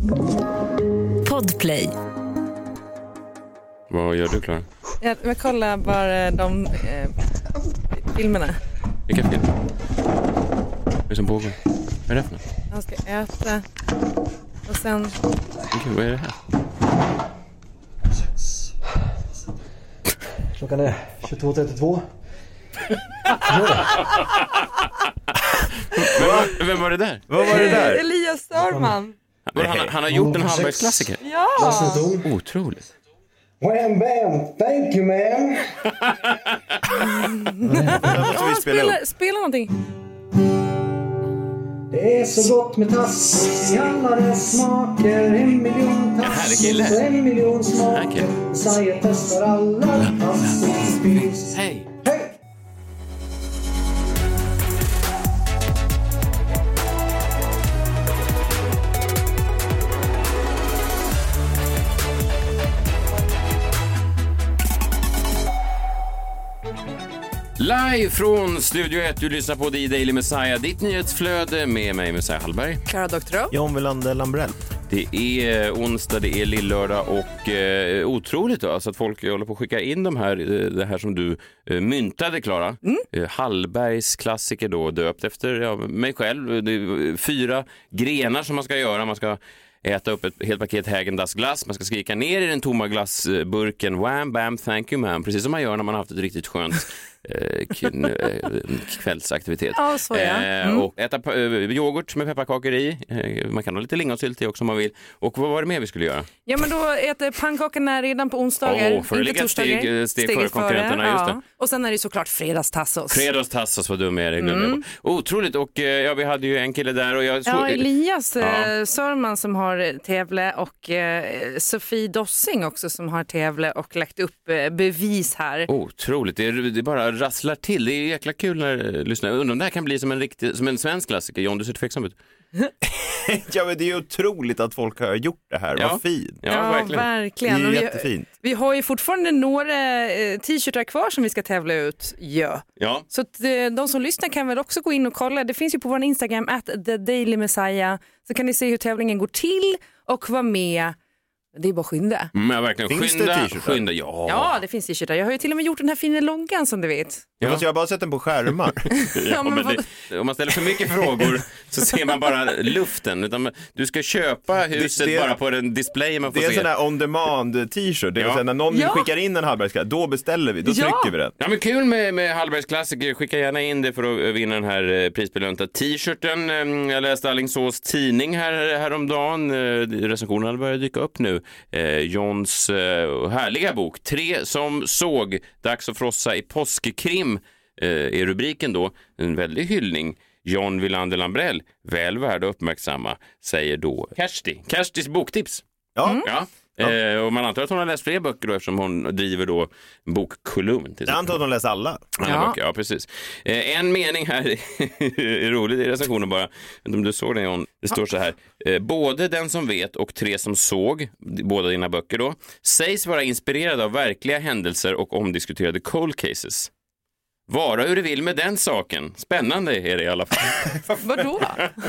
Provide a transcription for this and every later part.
Podplay. Vad gör du, Klara? Jag kollar bara de filmerna. Vilka film? Vad är det som pågår? Vad är det för något? Jag ska äta. Och sen... Okej, vad är det här? Klockan är 22:32. Vem var det där? Vad var det där? Elias Sörman. Han har gjort en halvvägsklassiker. Ja! Otroligt. Wham bam, thank you man. Spela någonting. Det är så gott med tass i alla dess smaker. 1 miljon tass härlig kille. och 1 miljon smaker. Tack. Messiah testar alla tass som finns. Hej. Hej! Live från Studio 1, du lyssnar på The Daily Messiah, ditt nyhetsflöde med mig, Messiah Hallberg. Klara Doktorow. John Wilander Lambrell. Det är onsdag, det är lillördag och otroligt då, alltså att folk håller på att skicka in det här som du myntade, Klara. Hallbergs klassiker då, döpt efter mig själv. Det är 4 grenar som man ska göra. Man ska äta upp ett helt paket Häagen-Dazs glass. Man ska skrika ner i den tomma glassburken wham, bam, thank you ma'am. Precis som man gör när man har haft ett riktigt skönt kvällsaktivitet. Ja, så och äta yoghurt med pepparkakor i. Man kan ha lite lingonsylt i också om man vill. Och vad var det mer vi skulle göra? Ja, men då äter pannkakorna redan på onsdagar. För att ligga steg före konkurrenterna, just det. Och sen är det såklart fredagstassos. Fredagstassos, vad dum är det. Otroligt, och vi hade ju en kille där och jag såg... Ja, Elias Sörman som har tävle och Sofie Dossing också som har tävle och lagt upp bevis här. Otroligt, det bara rasslar till. Det är jäkla kul när lyssnar. Undrar om det här kan bli som en svensk klassiker. John, du ser tveksam ut. Ja, men det är ju otroligt att folk har gjort det här. Vad fint. Ja, verkligen. Det är jättefint. Vi har ju fortfarande några t-shirtar kvar som vi ska tävla ut. Ja. Så att, de som lyssnar kan väl också gå in och kolla. Det finns ju på vår Instagram @TheDailyMessiah. Så kan ni se hur tävlingen går till och vara med. Det är bara skynda. Men verkligen skynda. Ja, det finns t-shirtar. Jag har ju till och med gjort den här fina loggan som du vet. Jag har bara sett den på skärmar. Om man ställer för mycket frågor så ser man bara luften. Utan du ska köpa huset bara på den display man får se. Det är en sån här on-demand t-shirt. Det är så när någon skickar in en Hallbergsklassiker, då beställer vi, då trycker vi den. Ja, men kul med Hallbergsklassiker. Skicka gärna in det för att vinna den här prisbelönta t-shirten. Jag läste Alingsås tidning häromdagen. Recensionerna börjar dyka upp nu. Johns härliga bok 3 som såg Dags att frossa i påskekrim är rubriken då. En väldig hyllning. John Wilander Lambrell, väl värd att uppmärksamma, säger då Kerstis boktips. Ja. Och man antar att hon har läst fler böcker då, eftersom hon driver då bokkolumn. Jag antar att hon läser alla. Böcker, ja, precis. En mening här är roligt i recensionen bara. Om du såg det, John. Det står så här. Både Den som vet och 3 som såg, båda dina böcker då, sägs vara inspirerade av verkliga händelser och omdiskuterade cold cases. Vara hur du vill med den saken. Spännande är det i alla fall. Vadå?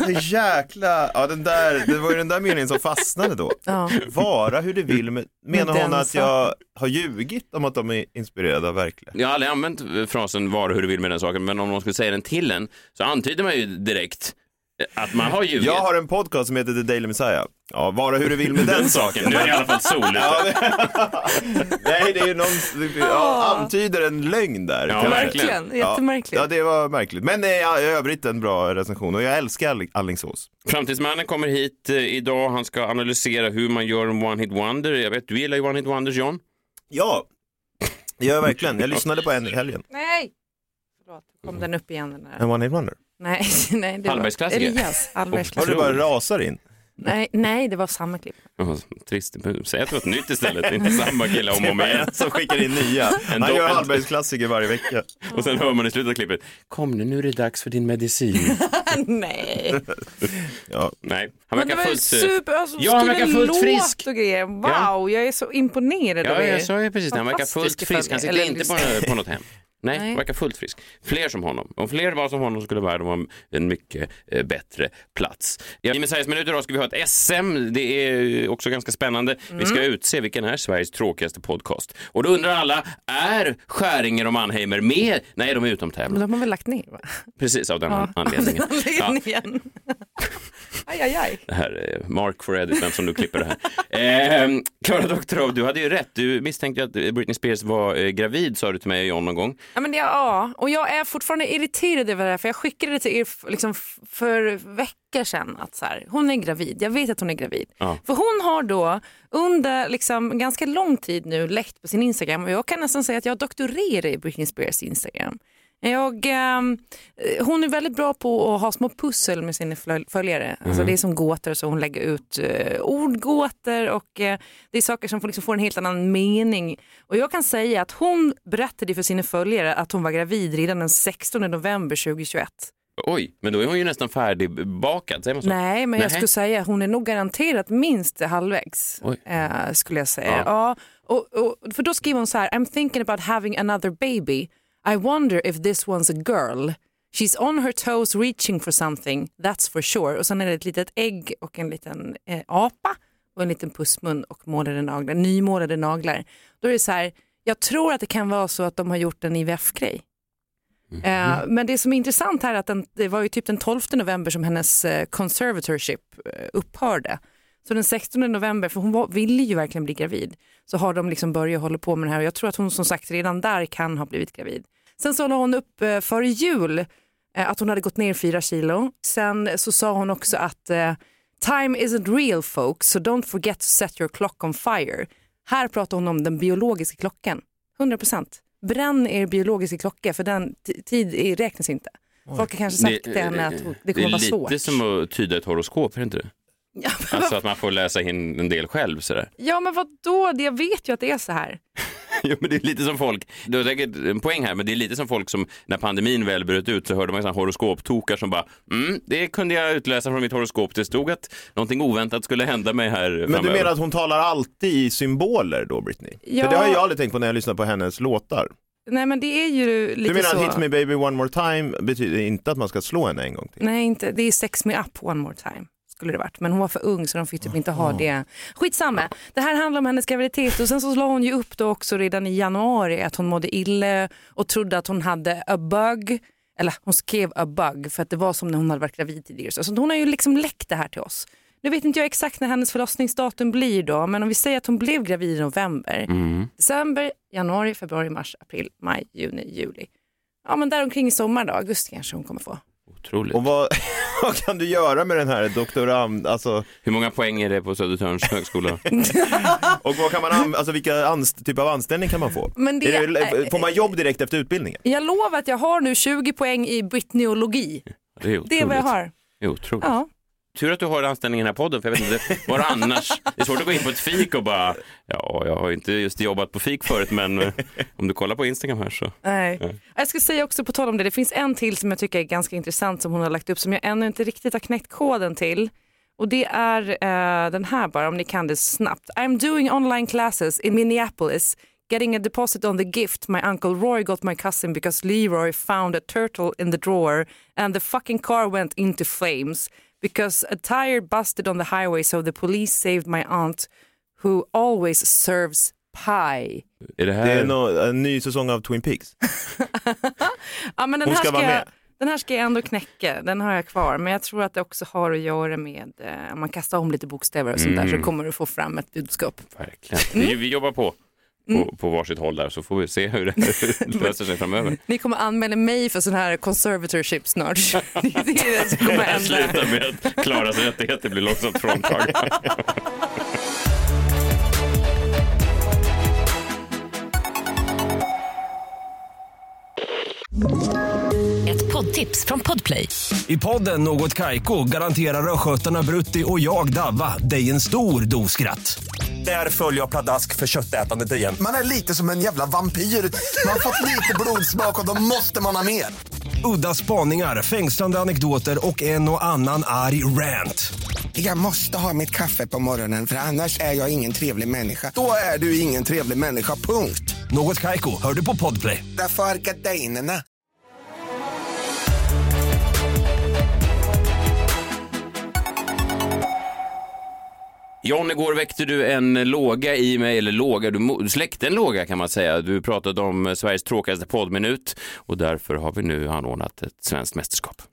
Jäkla, det var ju den där meningen som fastnade då. Vara hur du vill med, menar hon att jag har ljugit om att de är inspirerade av verkligen? Jag har aldrig använt frasen vara hur du vill med den saken, men om någon skulle säga den till en så antyder man ju direkt att man har ljugit. Jag har en podcast som heter The Daily Messiah. Ja, vara hur du vill med den saken. Nu är det i alla fall soligt. Nej, det är ju någon antyder en lögn där. Ja, verkligen. Jättemärkligt. Ja, det var märkligt. Men i övrigt en bra recension och jag älskar Alingsås. Framtidsmannen kommer hit idag. Han ska analysera hur man gör en one-hit wonder. Jag vet, du gillar ju one-hit wonders, John. Ja, det gör jag verkligen. Jag lyssnade på en i helgen. Nej! Förlåt, kom den upp igen den där. En one-hit wonder? Nej, det var Elias. Har du bara rasar in? Nej, det var samma klipp. Trist. Säg att det var ett nytt istället. Inte samma kille om och igen. Som skickar in nya. Han gör Hallbergsklassiker varje vecka. Och sen hör man i slutet av klippet. Kom nu är det dags för din medicin. Nej. Nej. Han verkar han verkar fullt frisk. Och grejer. Wow, jag är så imponerad. Ja, jag sa ju precis. Han verkar fullt frisk. Han sitter inte på något hem. Nej, verkar fullt frisk. Fler som honom. Om fler var som honom skulle världen vara en mycket bättre plats. I Messiahs minuter då ska vi ha ett SM. Det är också ganska spännande. Vi ska utse vilken är Sveriges tråkigaste podcast. Och då undrar alla, är Skäringer och Mannheimer med? Nej, de är utomtävlande. Men de har väl lagt ner, va? Precis, av den anledningen. Aj. Det här är Mark for Edit, vem som du klipper det här. Klara Doktorov, du hade ju rätt. Du misstänkte att Britney Spears var gravid, sa du till mig och John någon gång. Ja, men och jag är fortfarande irriterad över det här, för jag skickade det till er liksom för veckor sedan att så här, hon är gravid. Jag vet att hon är gravid. Ja. För hon har då under liksom ganska lång tid nu läckt på sin Instagram, och jag kan nästan säga att jag doktorerar i Britney Spears Instagram. Hon är väldigt bra på att ha små pussel med sina följare. Alltså det är som gåtor, så hon lägger ut ordgåtor, och det är saker som liksom får en helt annan mening. Och jag kan säga att hon berättade för sina följare att hon var gravid redan den 16 november 2021. Oj, men då är hon ju nästan färdigbakad, säger man så? Nej, men jag skulle säga att hon är nog garanterat minst halvvägs, skulle jag säga. Ja. Och för då skriver hon så här: I'm thinking about having another baby. I wonder if this one's a girl. She's on her toes reaching for something, that's for sure. Och sen är det ett litet ägg och en liten apa och en liten pussmun och nymålade naglar. Då är det så här, jag tror att det kan vara så att de har gjort en IVF-grej. Men det som är intressant här är att det var ju typ den 12 november som hennes conservatorship upphörde. Så den 16 november, för hon ville ju verkligen bli gravid, så har de liksom börjat hålla på med det här. Och jag tror att hon som sagt redan där kan ha blivit gravid. Sen så la hon upp före jul att hon hade gått ner 4 kilo. Sen så sa hon också att time isn't real folks, so don't forget to set your clock on fire. Här pratar hon om den biologiska klockan. 100%. Bränn er biologiska klocka, för den tid räknas inte. Folk har kanske sagt det henne att det kommer vara svårt. Det är lite som att tyda ett horoskop, är det inte det? Ja, alltså att man får läsa in en del själv sådär. Ja, men vadå? Jag vet ju att det är så här. Jo, men det är lite som folk, du har säkert en poäng här, men det är lite som folk som när pandemin väl bröt ut så hörde man sådana horoskoptokar som bara, det kunde jag utläsa från mitt horoskop. Det stod att någonting oväntat skulle hända mig här framöver. Men du menar att hon talar alltid i symboler då, Britney? Ja. För det har jag aldrig tänkt på när jag lyssnar på hennes låtar. Nej, men det är ju lite så. Du menar att Hit Me Baby One More Time betyder inte att man ska slå henne en gång till? Nej, inte. Det är Sex Me Up One More Time. Skulle det varit. Men hon var för ung så de fick typ inte ha det. Skitsamma. Det här handlar om hennes graviditet, och sen så la hon ju upp då också redan i januari att hon mådde illa och trodde att hon hade a bug. Eller hon skrev a bug för att det var som när hon hade varit gravid tidigare. Så hon har ju liksom läckt det här till oss. Nu vet inte jag exakt när hennes förlossningsdatum blir då, men om vi säger att hon blev gravid i november, december, januari, februari, mars, april, maj, juni, juli. Ja, men där omkring i sommar då, augusti kanske hon kommer få. Otroligt. Och vad kan du göra med den här doktorand? Alltså... Hur många poäng är det på Södertörns högskola? Och vad kan man vilka typ av anställning kan man få? Men får man jobb direkt efter utbildningen? Jag lovar att jag har nu 20 poäng i britneologi. Det är vad jag har. Det är otroligt. Ja. Tur att du har anställningen i den här podden, för jag vet inte vad annars. Det är svårt att gå in på ett fik och bara, ja, jag har inte just jobbat på fik förut, men om du kollar på Instagram här så. Nej. Ja. Jag ska säga också på tal om det finns en till som jag tycker är ganska intressant som hon har lagt upp, som jag ännu inte riktigt har knäckt koden till. Och det är den här bara, om ni kan det snabbt. I'm doing online classes in Minneapolis. Getting a deposit on the gift my uncle Roy got my cousin because Leroy found a turtle in the drawer and the fucking car went into flames. Because a tire busted on the highway, so the police saved my aunt who always serves pie. Är det här... Det är en ny säsong av Twin Peaks. Ja, men den här ska jag ändå knäcka. Den har jag kvar. Men jag tror att det också har att göra med om man kastar om lite bokstäver och sånt där, så kommer du få fram ett budskap. Verkligen. Vi jobbar på varsitt håll där, så får vi se hur det löser sig framöver. Ni kommer anmäla mig för sån här conservatorship snart. Det är det som kommer hända. Sluta med att Klaras rättigheter blir långsamt fråntagen. Ett poddtips från Podplay. I podden Något Kaiko garanterar röskötarna Brutti och jag Davva dig en stor doskratt. Där följer jag pladask för köttätandet igen. Man är lite som en jävla vampyr. Man har fått lite blodsmak och då måste man ha mer. Udda spaningar, fängslande anekdoter och en och annan arg rant. Jag måste ha mitt kaffe på morgonen, för annars är jag ingen trevlig människa. Då är du ingen trevlig människa, punkt. Något Kaiko, hör du på Podplay. Därför är gardinerna. John, igår väckte du en låga i mig, eller låga, du släckte en låga kan man säga. Du pratade om Sveriges tråkigaste poddminut och därför har vi nu anordnat ett svenskt mästerskap.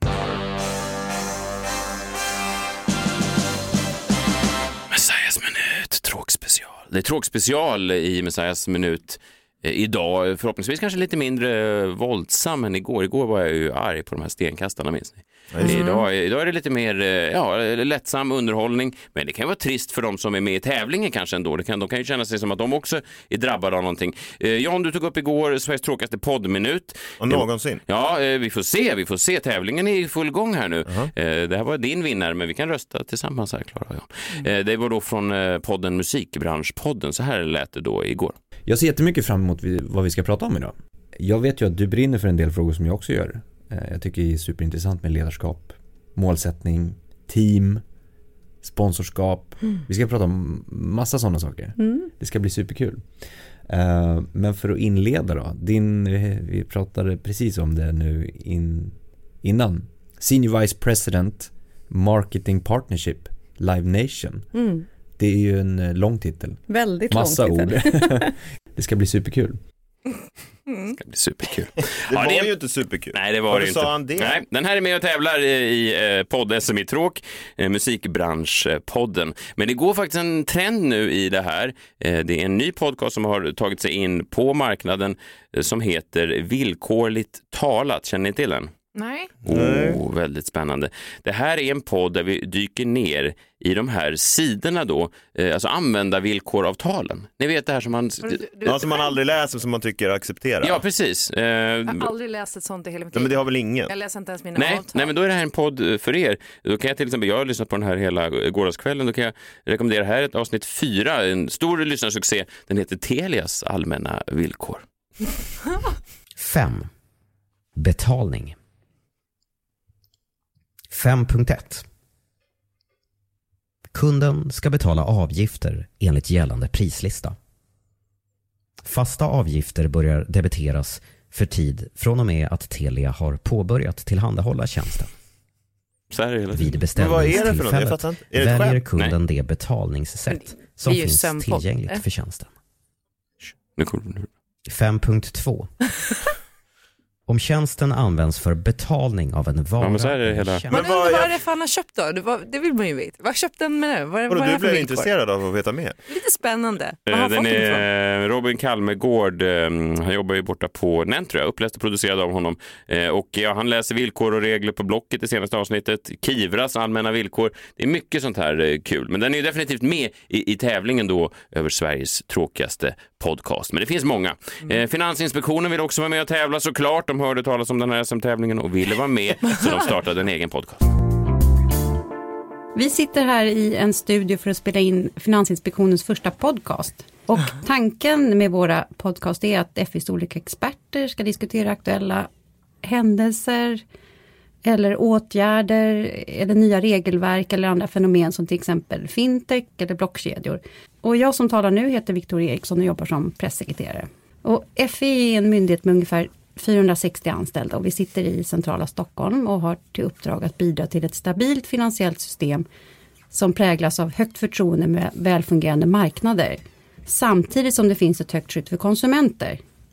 Messiahs minut, tråkspecial. Det är tråkspecial i Messiahs minut idag. Förhoppningsvis kanske lite mindre våldsam än igår. Igår var jag ju arg på de här stenkastarna, minns ni? Idag är det lite mer lättsam underhållning, men det kan vara trist för de som är med i tävlingen kanske ändå. De kan ju känna sig som att de också är drabbade av någonting. John, du tog upp igår Sveriges tråkigaste poddminut. Och någonsin. Ja, vi får se. Tävlingen är i full gång här nu. Det här var din vinnare, men vi kan rösta tillsammans här, Klara och John. Det var då från podden Musikbranschpodden. Så här lät det då igår. Jag ser jättemycket fram emot vad vi ska prata om idag. Jag vet ju att du brinner för en del frågor som jag också gör. Jag tycker det är superintressant med ledarskap, målsättning, team, sponsorskap. Vi ska prata om massa sådana saker. Det ska bli superkul. Men för att inleda då, vi pratade precis om det nu innan. Senior Vice President Marketing Partnership Live Nation. Det är ju en lång titel. Väldigt massa lång titel. Ord. Det ska bli superkul. Det ska bli superkul. Det var ju inte superkul. Nej, det var det inte. Sa han det? Nej, den här är med och tävlar i podd-SM i tråk, Musikbranschpodden. Men det går faktiskt en trend nu i det här. Det är en ny podcast som har tagit sig in på marknaden som heter Villkorligt talat. Känner ni till den? Nej. Väldigt spännande. Det här är en podd där vi dyker ner i de här sidorna då, alltså användarvillkoravtalen. Ni vet det här som man... som man aldrig läser, som man tycker accepterar. Ja, precis. Jag har aldrig läst ett sånt i hela mitt liv. Men det har väl ingen? Jag läser inte ens mina avtal. Nej, men då är det här en podd för er. Då kan jag till exempel, jag har lyssnat på den här hela gårdagskvällen, då kan jag rekommendera här ett avsnitt 4, en stor lyssnarsuccé. Den heter Telias allmänna villkor. 5. Betalning. 5.1. Kunden ska betala avgifter enligt gällande prislista. Fasta avgifter börjar debiteras för tid från och med att Telia har påbörjat tillhandahålla tjänsten. Vid beställningstillfället väljer kunden det betalningssätt som finns tillgängligt för tjänsten. 5.2. Om tjänsten används för betalning av en vara. Men så är det hela. Men vad är det för han har köpt då? Det vill man ju veta. Vad köpte den med nu? Du blir intresserad av att veta mer. Lite spännande. Den är Robin Kalmegård. Han jobbar ju borta på Nent, tror jag. Uppläst och producerad av honom. Och han läser villkor och regler på Blocket i senaste avsnittet. Kivras allmänna villkor. Det är mycket sånt här kul. Men den är ju definitivt med i tävlingen då över Sveriges tråkigaste podcast. Men det finns många. Finansinspektionen vill också vara med och tävla såklart. De hörde talas om den här SM-tävlingen och ville vara med, så de startade en egen podcast. Vi sitter här i en studio för att spela in Finansinspektionens första podcast. Och tanken med våra podcast är att FIs olika experter ska diskutera aktuella händelser eller åtgärder eller nya regelverk eller andra fenomen som till exempel fintech eller blockkedjor. Och jag som talar nu heter Victoria Eriksson och jobbar som pressekreterare. Och FI är en myndighet med ungefär 460 anställda och vi sitter i centrala Stockholm och har till uppdrag att bidra till ett stabilt finansiellt system som präglas av högt förtroende med välfungerande marknader. Samtidigt som det finns ett högt skydd för konsumenter.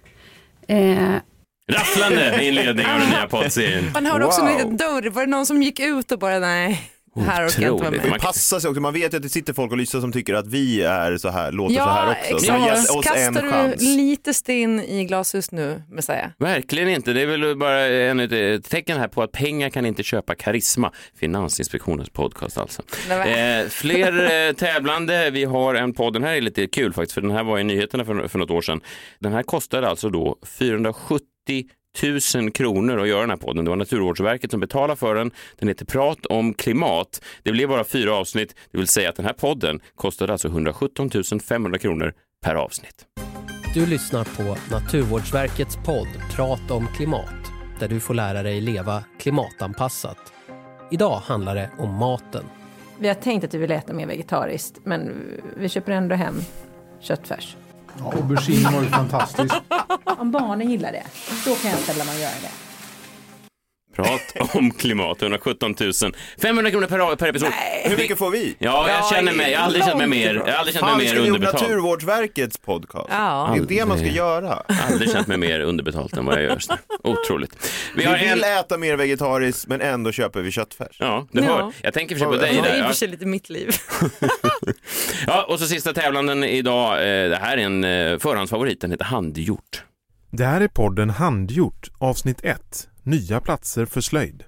Rafflande inledning av den nya poddserien. Man hörde också en liten dörr. Var det någon som gick ut och bara nej? Här och inte vara med. Det passar sig också. Man vet ju att det sitter folk och lyssnar som tycker att vi är så här, låter så här också. Ja, kastar du lite sten i glashus nu, Messiah? Verkligen inte. Det är väl bara ett tecken här på att pengar kan inte köpa karisma. Finansinspektionens podcast alltså. Fler tävlande. Vi har en podd. Den här är lite kul faktiskt, för den här var i nyheterna för något år sedan. Den här kostade alltså då 470 000 kronor att göra den här podden. Det var Naturvårdsverket som betalade för den. Den heter Prat om klimat. Det blev bara 4 avsnitt. Det vill säga att den här podden kostade alltså 117 500 kronor per avsnitt. Du lyssnar på Naturvårdsverkets podd Prat om klimat, där du får lära dig leva klimatanpassat. Idag handlar det om maten. Vi har tänkt att vi vill äta mer vegetariskt, men vi köper ändå hem köttfärs. Ja, aubergine var ju fantastiskt. Om barnen gillar det, då kan jag ställa mig och göra det. Prat om klimat, 117 000. 500 kronor per episod. Nej. Hur mycket får vi? Ja, jag känner mig. Jag har aldrig känt mig mer. Jag har aldrig känt mig mer underbetalt. Naturvårdsverkets podcast. Ja. Det är det man ska göra. Aldrig känt mig mer underbetalt än vad jag gör just nu. Otroligt. Vi vill äta mer vegetariskt, men ändå köper vi köttfärs. Ja, det hör. Jag tänker för sig på dig där. Det är i och för sig lite mitt liv. Ja, och så sista tävlanden idag. Det här är en förhandsfavorit. Den heter Handgjort. Det här är podden Handgjort, avsnitt 1. Nya platser för slöjd.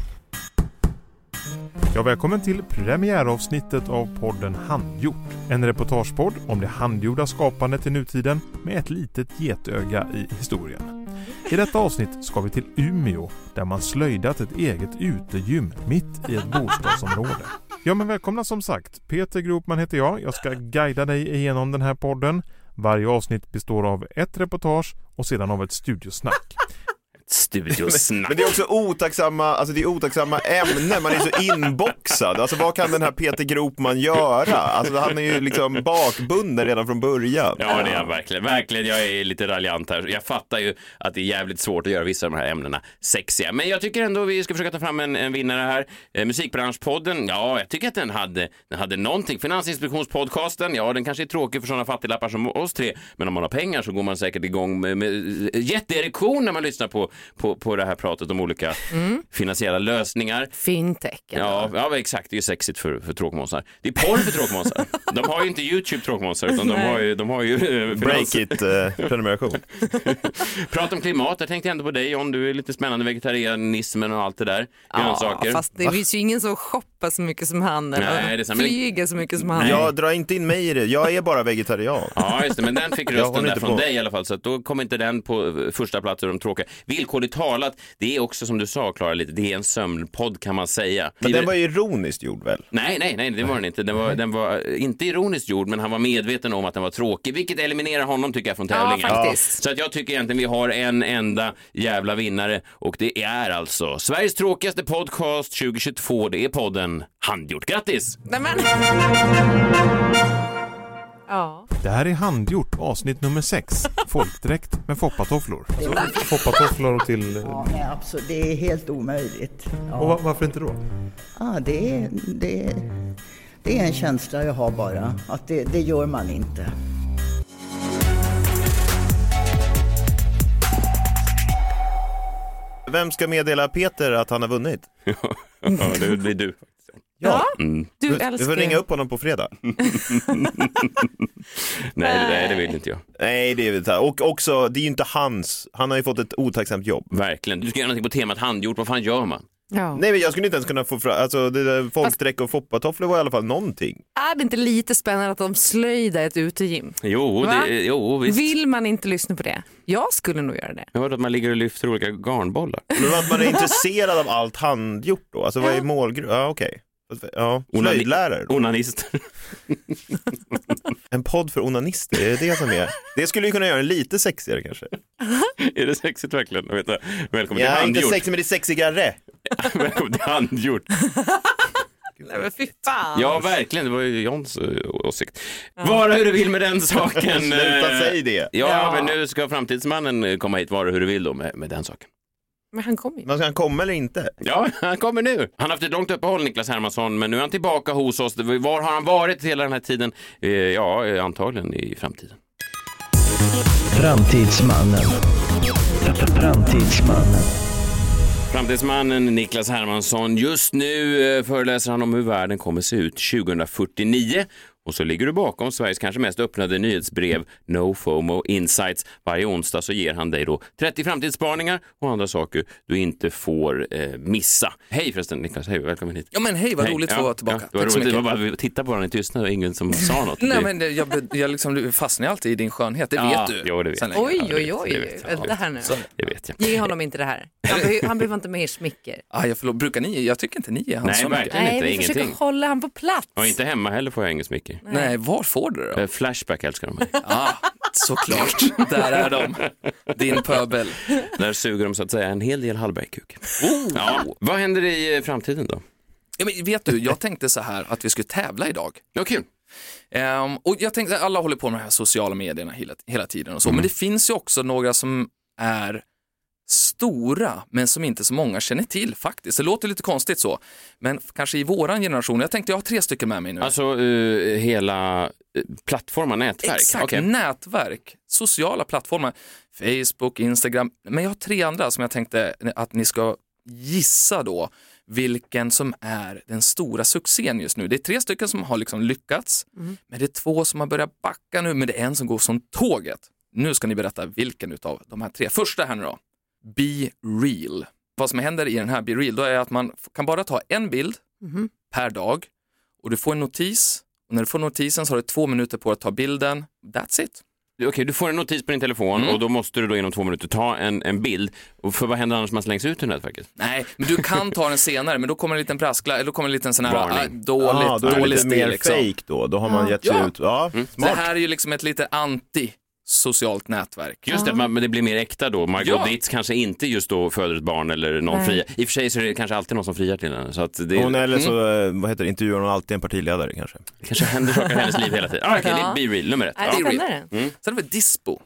Ja, välkommen till premiäravsnittet av podden Handgjort. En reportagepodd om det handgjorda skapandet i nutiden med ett litet getöga i historien. I detta avsnitt ska vi till Umeå där man slöjdat ett eget utegym mitt i ett bostadsområde. Ja, men välkomna som sagt. Peter Gropman heter jag. Jag ska guida dig igenom den här podden. Varje avsnitt består av ett reportage och sedan av ett studiosnack. Studiosnack. Men det är också otacksamma ämnen. Man är så inboxad. Alltså vad kan den här Peter Gropman göra? Alltså han är ju liksom bakbunden redan från början. Ja, det är verkligen. Verkligen, jag är lite raljant här. Jag fattar ju att det är jävligt svårt att göra vissa av de här ämnena sexiga. Men jag tycker ändå vi ska försöka ta fram en vinnare här. Musikbranschpodden, ja, jag tycker att den hade någonting. Finansinspektionspodcasten, ja, den kanske är tråkig för sådana fattiglappar som oss tre. Men om man har pengar så går man säkert igång med jätteerektion när man lyssnar på det här pratet om olika finansiella lösningar. Fintech. Ja, exakt. Det är sexigt för tråkmånsar. Det är porr för tråkmånsar. De har ju inte YouTube-tråkmånsar utan de har ju Breakit-prenumeration. Prat om klimat. Jag tänkte ändå på dig, John. Du är lite spännande vegetarianismen och allt det där. Grönsaker. Fast det finns ju ingen som shoppar så mycket som han eller flyger så mycket som han. Jag drar inte in mig i det. Jag är bara vegetarian. Ja, just det. Men den fick rösten där från dig i alla fall. Så att då kommer inte den på första plats av de tråkiga. Villkorligt talat, det är också som du sa, Klara, lite, det är en sömnpodd kan man säga. Men den var ironiskt gjord väl? Nej, det var den inte. Den var inte ironiskt gjord, men han var medveten om att den var tråkig, vilket eliminerar honom tycker jag från tävlingen. Ja, faktiskt. Så att jag tycker egentligen vi har en enda jävla vinnare och det är alltså Sveriges tråkigaste podcast 2022. Det är podden Handgjort. Grattis! Nämen! Ja. Det här är Handgjort, avsnitt nummer 6. Folkdräkt med foppatofflor. Alltså, foppatofflor till... Ja, nej, absolut. Det är helt omöjligt. Ja. Och varför inte då? Ja, det är en känsla jag har bara. Att det gör man inte. Vem ska meddela Peter att han har vunnit? Ja, det blir du. Ja, du får ringa upp honom på fredag. Nej, det vill inte jag. Nej, det är inte. Och också, det är ju inte hans. Han har ju fått ett otacksamt jobb. Verkligen. Du ska göra någonting på temat handgjort. Vad fan gör man? Ja. Nej, men jag skulle inte ens kunna få fram, alltså det där folksträck och foppatofflor var i alla fall någonting. Är det inte lite spännande att de slöjdar ett utegym? Jo, visst. Vill man inte lyssna på det? Jag skulle nog göra det. Jag hörde att man ligger och lyfter olika garnbollar. Men att man är intresserad av allt handgjort då? Alltså vad är målgrupp? Ja, okej. Ja, slöjdlärare. Onanister. En podd för onanister, är det som är? Det skulle ju kunna göra en lite sexigare kanske. Är det sexigt verkligen? Välkommen till Handgjort. Ja, Handgjort. inte sexigt men det är sexigare. Välkommen till Handgjort. Nej, men fy fan. Ja, verkligen. Det var ju Johns åsikt. Vara hur du vill med den saken. Sluta säg det. Ja, men nu ska framtidsmannen komma hit. Vara hur du vill då med den saken. Men han kommer ju. Men ska han komma eller inte? Ja, han kommer nu. Han har haft ett långt uppehåll, Niklas Hermansson, men nu är han tillbaka hos oss. Var har han varit hela den här tiden? Ja, antagligen i framtiden. Framtidsmannen Niklas Hermansson. Just nu föreläser han om hur världen kommer se ut 2049. Och så ligger du bakom Sveriges kanske mest öppnade nyhetsbrev No FOMO Insights. Varje onsdag så ger han dig då 30 framtidsspaningar och andra saker du inte får missa. Hej förresten Niklas, hej, välkommen hit. Ja men hej, vad roligt att vara tillbaka. Det var roligt, det var bara att titta på den i tystnad och ingen som sa något. Nej men jag liksom fastnar alltid i din skönhet, det vet du. Jo, det vet. Oj, vänta här nu. Det vet jag. Ge honom inte det här. Han behöver inte mer smicker. Förlåt, brukar ni? Jag tycker inte ni är hans så mycket. Nej, vi försöker hålla han på plats. Och inte hemma heller får jag ingen smicker. Nej, var får du det då? Flashback älskar de mig. Såklart. Där är de. Din pöbel. Där suger de så att säga en hel del Hallbergkuk. Vad händer i framtiden då? Ja, men vet du, jag tänkte så här att vi skulle tävla idag. Ja, kul. Och jag tänkte, alla håller på med de här sociala medierna hela tiden och så. Men det finns ju också några som är stora, men som inte så många känner till faktiskt. Det låter lite konstigt så, men kanske i våran generation. Jag tänkte, jag har 3 stycken med mig nu. Alltså hela plattformar, nätverk? Exakt, okay. Nätverk, sociala plattformar, Facebook, Instagram. Men jag har 3 andra som jag tänkte att ni ska gissa då vilken som är den stora succén just nu. Det är 3 stycken som har liksom lyckats, men det är 2 som har börjat backa nu, men det är en som går som tåget. Nu ska ni berätta vilken utav de här 3. Första här nu då. Be real. Vad som händer i den här Be real, då är att man kan bara ta en bild per dag och du får en notis, och när du får notisen så har du 2 minuter på att ta bilden. That's it. Okej, du får en notis på din telefon och då måste du då inom 2 minuter ta en bild. Och för vad händer annars om man slängs ut ur nätverket? Nej, men du kan ta den senare, men då kommer en liten brasklapp, eller då kommer en liten sån här då är det lite mer liksom. fake då har man gett sig ut. Ja, smart. Det här är ju liksom ett lite socialt nätverk. Just det, men det blir mer äkta då. Margot Dietz kanske inte just då föder ett barn eller någon fria. I och för sig så är det kanske alltid någon som friar till henne. Så att det... Hon eller så, vad heter det, intervjuar hon alltid en partiledare kanske. Det kanske händer saker i hennes liv hela tiden. Okej, Be real, nummer 1. Sen har vi dispo.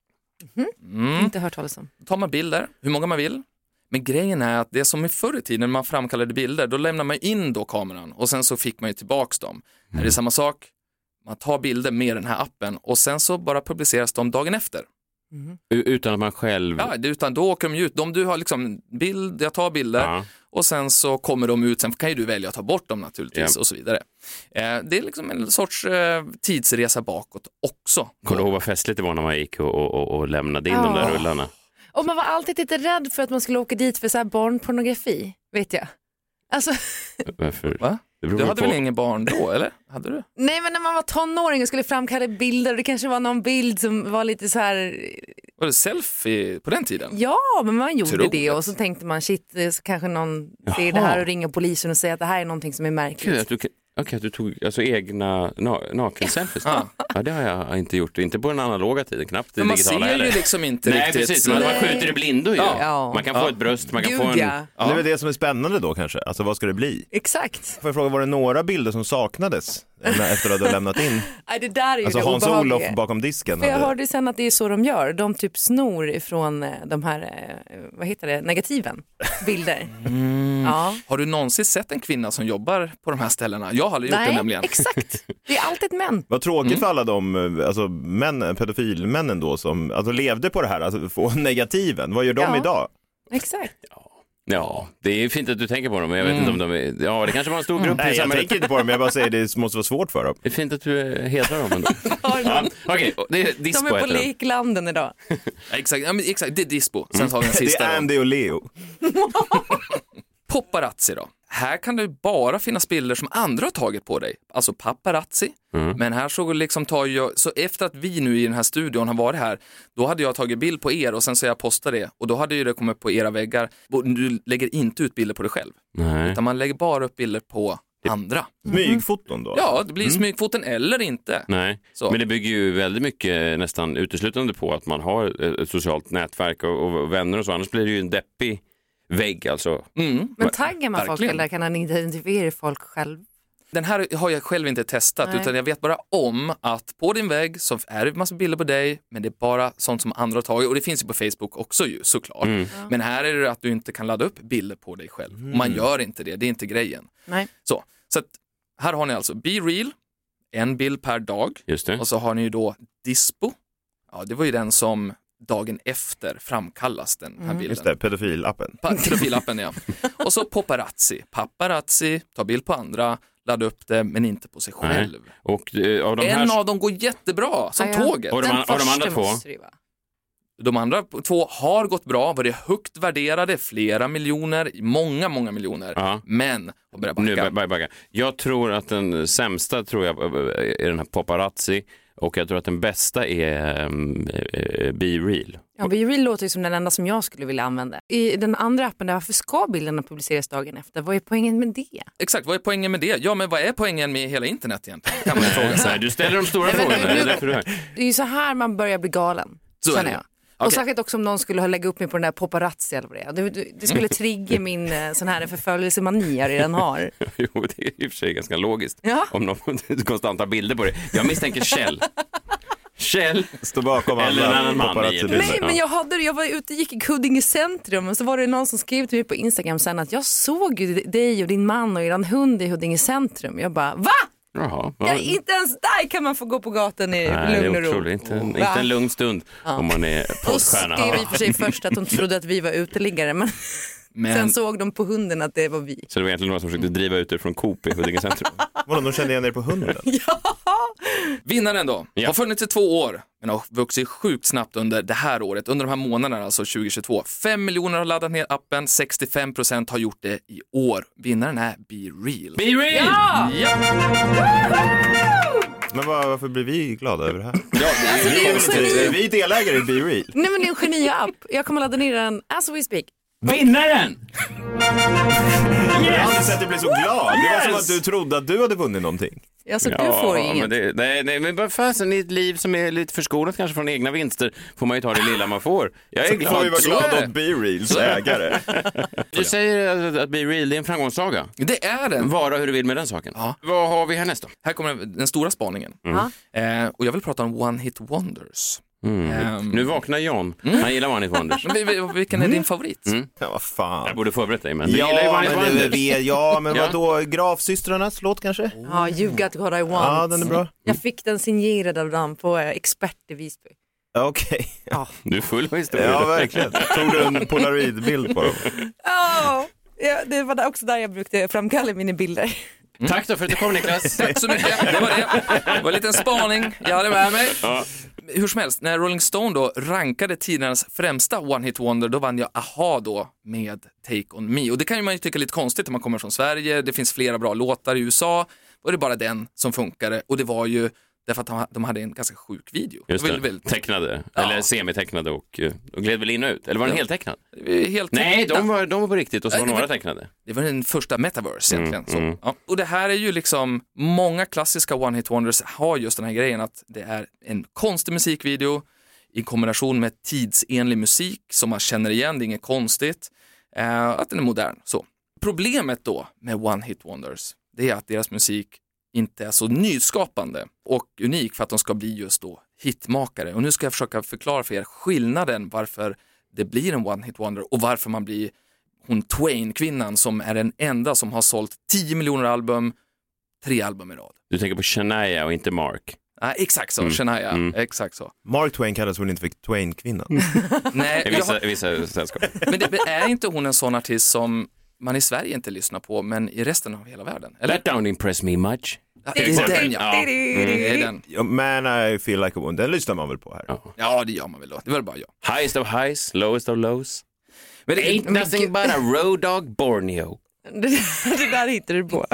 Inte hört talas om. Tar man bilder, hur många man vill. Men grejen är att det är som i förr i tiden när man framkallade bilder, då lämnar man in då kameran och sen så fick man ju tillbaks dem. Här är det samma sak. Man tar bilder med den här appen och sen så bara publiceras de dagen efter. Utan att man själv... Ja, utan då åker de ut. Du har liksom bild, jag tar bilder och sen så kommer de ut. Sen kan ju du välja att ta bort dem naturligtvis och så vidare. Det är liksom en sorts tidsresa bakåt också. Kommer du ihåg vad festligt det var när man gick och lämnade in de där rullarna? Och man var alltid lite rädd för att man skulle åka dit för så här barnpornografi, vet jag. Alltså... Varför? Va? Du hade väl ingen barn då, eller? Hade du? Nej, men när man var tonåring och skulle framkalla bilder och det kanske var någon bild som var lite så här... Var det selfie på den tiden? Ja, men man gjorde det och så tänkte man, shit, så kanske någon ser det här och ringer polisen och säger att det här är någonting som är märkligt. Okej, du tog alltså egna nakenselfies. Ja, det har jag inte gjort. Inte på den analoga tiden, knappt det digitala. Man ser ju liksom inte riktigt. Nej, precis. Man skjuter i blindo ju. Ja. Man kan få ett bröst, man kan få en... Det är det som är spännande då kanske. Alltså vad ska det bli? Exakt. Får jag fråga, var det några bilder som saknades efter att du lämnat in? Nej, det där är ju alltså Hans-Olof bakom disken. För jag hörde sen att det är så de gör. De typ snor ifrån de här, vad heter det, negativen. Bilder. Ja. Har du någonsin sett en kvinna som jobbar på de här ställena? Jag har aldrig gjort det nämligen. Exakt. Det är alltid män. Vad tråkigt för alla de alltså, pedofilmännen då som alltså, levde på det här, alltså få negativen. Vad gör de idag? Exakt. Ja, det är fint att du tänker på dem, men jag vet inte om de är... Ja, det kanske var en stor grupp. Nej, jag tänker inte på dem, jag bara säger det måste vara svårt för dem. Det är fint att du hedrar dem ändå. Okej, det är dispo. De är på leklanden idag. Exakt, det är dispo. Sen har vi den sista. Det är Andy och Leo. Paparazzi då. Här kan det bara finnas bilder som andra har tagit på dig. Alltså paparazzi. Men här så liksom så efter att vi nu i den här studion har varit här, då hade jag tagit bild på er och sen så jag postade det. Och då hade ju det kommit upp på era väggar. Du lägger inte ut bilder på dig själv. Nej. Utan man lägger bara upp bilder på andra. Smygfoton då? Ja, det blir smygfoton eller inte. Nej, så. Men det bygger ju väldigt mycket nästan uteslutande på att man har ett socialt nätverk och vänner och så. Annars blir det ju en deppig vägg alltså. Men taggar man folk eller kan han identifiera folk själv? Den här har jag själv inte testat utan jag vet bara om att på din vägg så är det en massa bilder på dig men det är bara sånt som andra har tagit och det finns ju på Facebook också ju såklart. Men här är det att du inte kan ladda upp bilder på dig själv. Man gör inte det, det är inte grejen. Nej. Så att här har ni alltså Be Real, en bild per dag. Just det. Och så har ni ju då Dispo. Ja, det var ju den som dagen efter framkallas den här bilden. Just det, pedofilappen. Pedofilappen, ja. Och så paparazzi, ta bild på andra, ladda upp det men inte på sig själv. Och, av dem går jättebra, som tåget. Och de andra två? De andra 2 har gått bra, var det högt värderade, flera miljoner, många miljoner, men börjar backa. Jag tror att den sämsta är den här paparazzi. Och jag tror att den bästa är Be Real. Ja, Be Real låter ju som den enda som jag skulle vilja använda. I den andra appen, varför ska bilderna publiceras dagen efter? Vad är poängen med det? Exakt, vad är poängen med det? Ja, men vad är poängen med hela internet egentligen? Kan man fråga sig. Du ställer de stora frågorna. Det är ju så här man börjar bli galen, känner jag. Och särskilt också om någon skulle ha lägga upp mig på den där paparazzi eller vad det är. Det skulle trigga min sån här förföljelsemani jag redan har. Jo, det är i och för sig ganska logiskt. Om någon konstant har bilder på det. Jag misstänker Kjell står bakom eller en annan man. Nej, men jag var ute och gick i Huddinge centrum och så var det någon som skrev till mig på Instagram sen att jag såg ju dig och din man och eran hund i Huddinge centrum. Jag bara, va? Jaha, inte ens där kan man få gå på gatan i lugn och ro. Inte en lugn stund om man är poststjärna. Och skrev i för sig först att de trodde att vi var uteliggare, men sen såg de på hunden att det var vi. Så det var egentligen någon som försökte driva ut er från Coop i Huddinge centrum. Vadå, de kände igen er på hunden? Ja! Vinnaren då har funnits i 2 år men har vuxit sjukt snabbt under det här året, under de här månaderna, alltså 2022. 5 miljoner har laddat ner appen, 65% har gjort det i år. Vinnaren är Be Real. Be Real! Ja! Men varför blir vi glada över det här? Ja, vi är delägare i Be Real. Nej, men det är en geni-app. Jag kommer ladda ner den as we speak. Vinnaren! Jag har aldrig sett dig bli så glad. Det var som att du trodde att du hade vunnit någonting. Alltså, du får inget. Men bara fasen, i ett liv som är lite förskonat kanske från egna vinster får man ju ta det lilla man får. Jag är glad. Får vi vara glada åt Be Reals ägare. Du säger att Be Real är en framgångssaga. Det är den. Vara hur du vill med den saken. Ja. Vad har vi härnäst då? Här kommer den stora spaningen. Och jag vill prata om One Hit Wonders. Nu vaknar John. Han gillar One Hit Wonders. Vilken är din favorit? Ja, vad fan. Jag borde förberett dig, men men vadå? Grafsystrarnas låt kanske? Ja, You Got What I Want. Ja, den är bra. Jag fick den signerad av dem på Expert i Visby. Okej. Ja. Du är full av historia. Ja, verkligen. Tog du en polaroidbild på dem? Ja, det var också där jag brukade framkalla mina bilder. Tack då för att du kom, Niklas. Tack så mycket, det var det. Det var en liten spaning, jag hade med mig. Hur som helst, när Rolling Stone då rankade tidernas främsta One Hit Wonder, då vann jag AHA då med Take On Me. Och det kan ju man ju tycka lite konstigt om man kommer från Sverige. Det finns flera bra låtar i USA. Och det är bara den som funkade. Och det var ju därför att de hade en ganska sjuk video. Just det, tecknade, eller semitecknade och gled väl in och ut. Eller var den helt tecknad? Nej, de var på riktigt och så var några tecknade. Det var den första metaverse egentligen. Ja. Och det här är ju liksom, många klassiska One Hit Wonders har just den här grejen att det är en konstig musikvideo i kombination med tidsenlig musik som man känner igen, det är inget konstigt. Att den är modern. Så. Problemet då med One Hit Wonders, det är att deras musik inte är så nyskapande och unik för att de ska bli just då hitmakare. Och nu ska jag försöka förklara för er skillnaden varför det blir en One Hit Wonder och varför man blir hon Twain-kvinnan som är den enda som har sålt 10 miljoner album, 3 album i rad. Du tänker på Shania och inte Mark. Ja, exakt så, Shania, exakt så. Mark Twain kallas väl inte för Twain-kvinnan? Nej, i vissa sällskap. Men det är inte hon en sån artist som man i Sverige inte lyssnar på, men i resten av hela världen? Eller? That don't impress me much. Det är den, ja. Det är den. Ja, Man I Feel Like a Woman, den lyssnar man väl på här? Ja, det gör man väl då. Det var bara jag. Highest of highs, lowest of lows. Men det ain't nothing but a road dog Borneo. Det där hittar du på.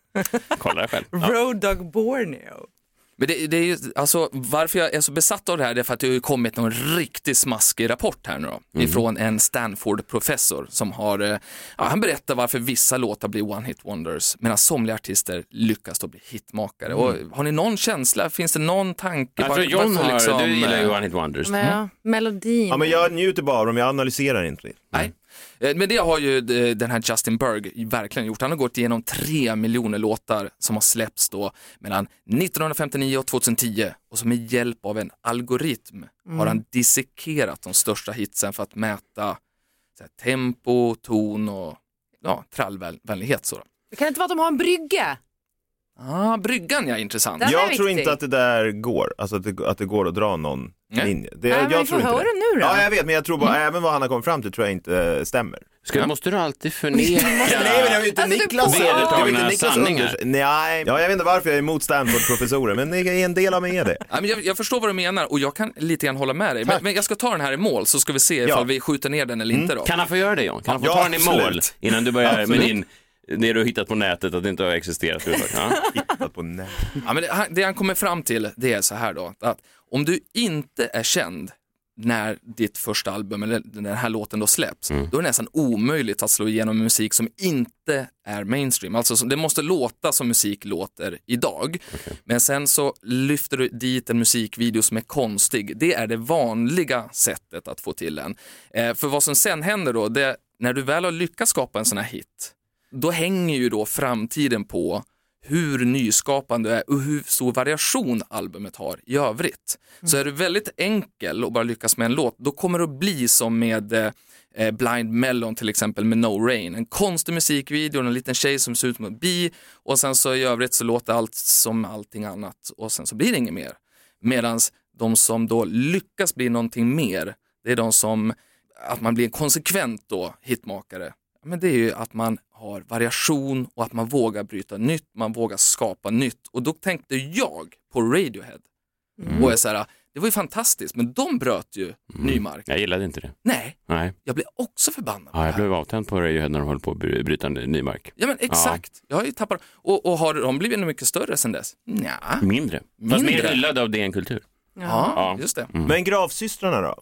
Kolla det själv. Road dog Borneo. Men det är ju, alltså, varför jag är så besatt av det här är för att det har kommit någon riktigt smaskig rapport här nu då, ifrån en Stanford-professor som har, han berättar varför vissa låtar blir one-hit wonders medan somliga artister lyckas då bli hitmakare. Och har ni någon känsla, finns det någon tanke? Jag tror John har, liksom, du gillar ju one-hit wonders. Melodin. Ja, men jag njuter bara av dem, jag analyserar inte. Nej. Men det har ju den här Justin Berg verkligen gjort. Han har gått igenom 3 miljoner låtar som har släppts då mellan 1959 och 2010 och som med hjälp av en algoritm har han dissekerat de största hitsen för att mäta tempo, ton och trallvänlighet. Så. Det kan inte vara att de har en brygga. Bryggan är intressant. Jag tror inte att det där går, alltså att det går att dra någon linje. Jag tror inte det. Nu då? Ja, jag vet, men jag tror bara, även vad han har kommit fram till tror jag inte stämmer. Måste du alltid förneka? Nej, men jag vet inte Niklas. Sanningar. Nej, jag vet inte varför jag är emot Stanford-professorer, men en del av mig är det. Ja, men jag förstår vad du menar och jag kan lite grann hålla med dig. Men jag ska ta den här i mål så ska vi se ifall vi skjuter ner den eller inte då. Kan han få göra det, John? Kan han få ta den i mål innan du börjar med din... Det du har hittat på nätet att det inte har existerat. Hittat på nätet. Ja, men det han kommer fram till det är så här då. Att om du inte är känd när ditt första album eller den här låten då släpps, då är det nästan omöjligt att slå igenom musik som inte är mainstream. Alltså det måste låta som musik låter idag. Men sen så lyfter du dit en musikvideo som är konstig. Det är det vanliga sättet att få till en. För vad som sen händer då, det, när du väl har lyckats skapa en sån här hit, då hänger ju då framtiden på hur nyskapande är och hur stor variation albumet har i övrigt. Så är du väldigt enkel och bara lyckas med en låt, då kommer det att bli som med Blind Melon till exempel med No Rain. En konstig musikvideo, en liten tjej som ser ut som en bi och sen så i övrigt så låter allt som allting annat och sen så blir det inget mer. Medan de som då lyckas bli någonting mer, det är de som, att man blir en konsekvent då hitmakare. Men det är ju att man har variation och att man vågar bryta nytt, man vågar skapa nytt. Och då tänkte jag på Radiohead. Och jag sa, det var ju fantastiskt, men de bröt ju ny mark. Jag gillade inte det. Nej. Jag blev också förbannad. Ja, jag blev avtänd på Radiohead när de höll på att bryta ny mark. Ja, men exakt. Ja. Jag har ju tappat. Och har de blivit mycket större sen dess? Nja. Mindre. Fast mer hyllad av DN Kultur. Ja, just det. Men Gravsystrarna då?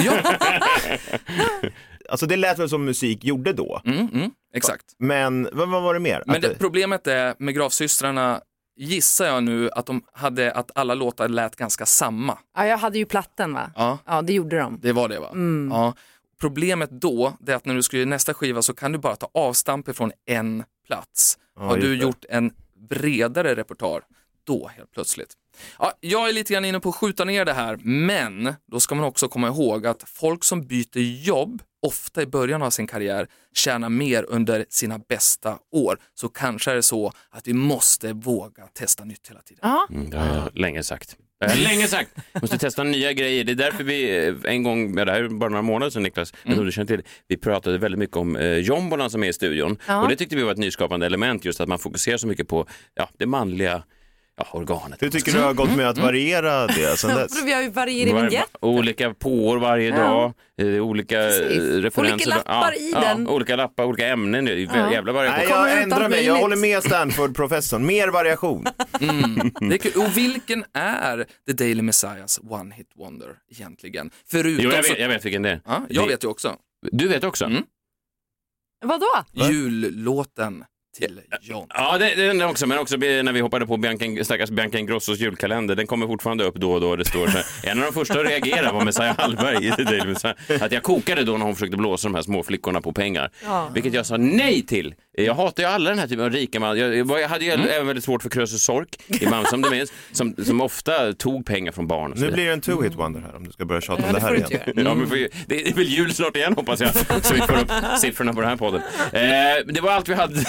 Alltså det lät väl som musik gjorde då. Exakt. Men vad var det mer? Men problemet är med Gravsystrarna, gissar jag nu att de hade att alla låtar lät ganska samma. Ja, jag hade ju plattan va? Ja, det gjorde de. Det var det va? Ja. Problemet då, det är att när du ska göra nästa skiva så kan du bara ta avstamp från en plats. Har du gjort en bredare repertoar, då helt plötsligt. Ja, jag är lite grann inne på att skjuta ner det här, men då ska man också komma ihåg att folk som byter jobb ofta i början av sin karriär tjänar mer under sina bästa år. Så kanske är det så att vi måste våga testa nytt hela tiden. Det har jag länge sagt. Måste testa nya grejer. Det är därför vi en gång, det här är bara några månader sedan Niklas, du känner till, vi pratade väldigt mycket om jombolan som är i studion. Och det tyckte vi var ett nyskapande element, just att man fokuserar så mycket på det manliga organet. Hur tycker du har gått med att variera det sen dess? Vi har ju varierat olika påor varje dag, olika referenser. Olika lappar i den. Olika lappar, olika ämnen. Jävla variation. Nej, jag ändrar mig. Jag håller med Stanford-professorn. Mer variation. Det är kul. Och vilken är The Daily Messiahs One Hit Wonder egentligen? Förutom jag vet vilken det är. Ja, jag vet ju också. Du vet också? Vadå? Jullåten till John. Ja, det också, men också när vi hoppade på stackars Bianca Ingrossos julkalender, den kommer fortfarande upp då och då, det står så här. En av de första att reagera var Messiah Hallberg i Daily Messiah, att jag kokade då när hon försökte blåsa de här små flickorna på pengar, vilket jag sa nej till. Jag hatar ju alla den här typen av rika man. Jag hade ju även väldigt svårt för Krösus Sork i Mamma som det minns, som ofta tog pengar från barn. Nu blir det en two-hit wonder här om du ska börja tjata om det här igen. Ja, men det är väl jul snart igen, hoppas jag, så vi får upp siffrorna på den här podden. Det var allt vi hade.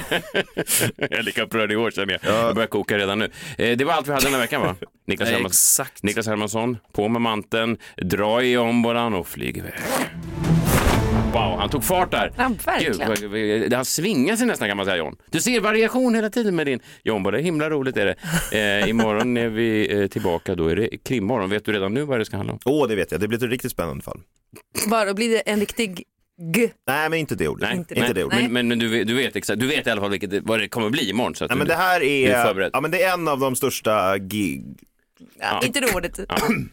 Jag är lika upprörd i år, känner jag. Jag börjar koka redan nu. Det var allt vi hade den här veckan, va? Niklas Hermansson, på med manteln, dra i ombolan och flyg iväg. Wow, han tog fart där. Ja, verkligen. Gud, han svingar sig nästan, kan man säga, John. Du ser variation hela tiden med din John, det är himla roligt är det. Imorgon är vi tillbaka, då är det krimmorgon. Vet du redan nu vad det ska handla om? Det vet jag, det blir ett riktigt spännande fall. Bara blir det en riktig Nej, men inte det ordet. Nej, inte det ordet. Men du vet exakt, du vet i alla fall vad det kommer bli imorgon, så att men det här är men det är en av de största gig. Inte det ordet.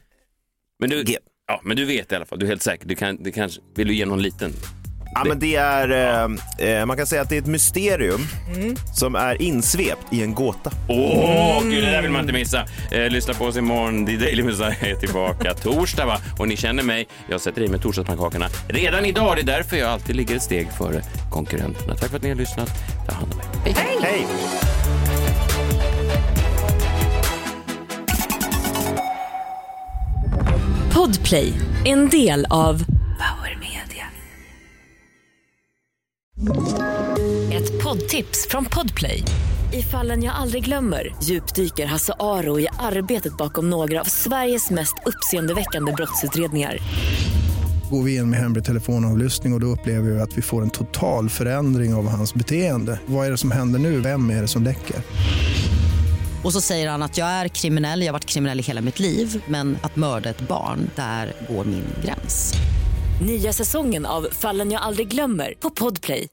Men du vet i alla fall, du är helt säker. Du kanske vill du ge någon liten. Ja, men det är man kan säga att det är ett mysterium som är insvept i en gåta. Gud, det där vill man inte missa. Lyssna på oss imorgon. The Daily Messiah är tillbaka torsdag, va? Och ni känner mig, jag sätter i med torsdagspannkakorna redan idag. Det är därför jag alltid ligger ett steg före konkurrenterna. Tack för att ni har lyssnat. Ta hand om er. Hej! Podplay, en del av Power Media. Ett poddtips från Podplay. I Fallen jag aldrig glömmer djupdyker Hasse Aro i arbetet bakom några av Sveriges mest uppseendeväckande brottsutredningar. Går vi in med hemlig telefonavlyssning och då upplever vi att vi får en total förändring av hans beteende. Vad är det som händer nu? Vem är det som läcker? Och så säger han att jag är kriminell, jag har varit kriminell i hela mitt liv. Men att mörda ett barn, där går min gräns. Nya säsongen av Fallen jag aldrig glömmer på Podplay.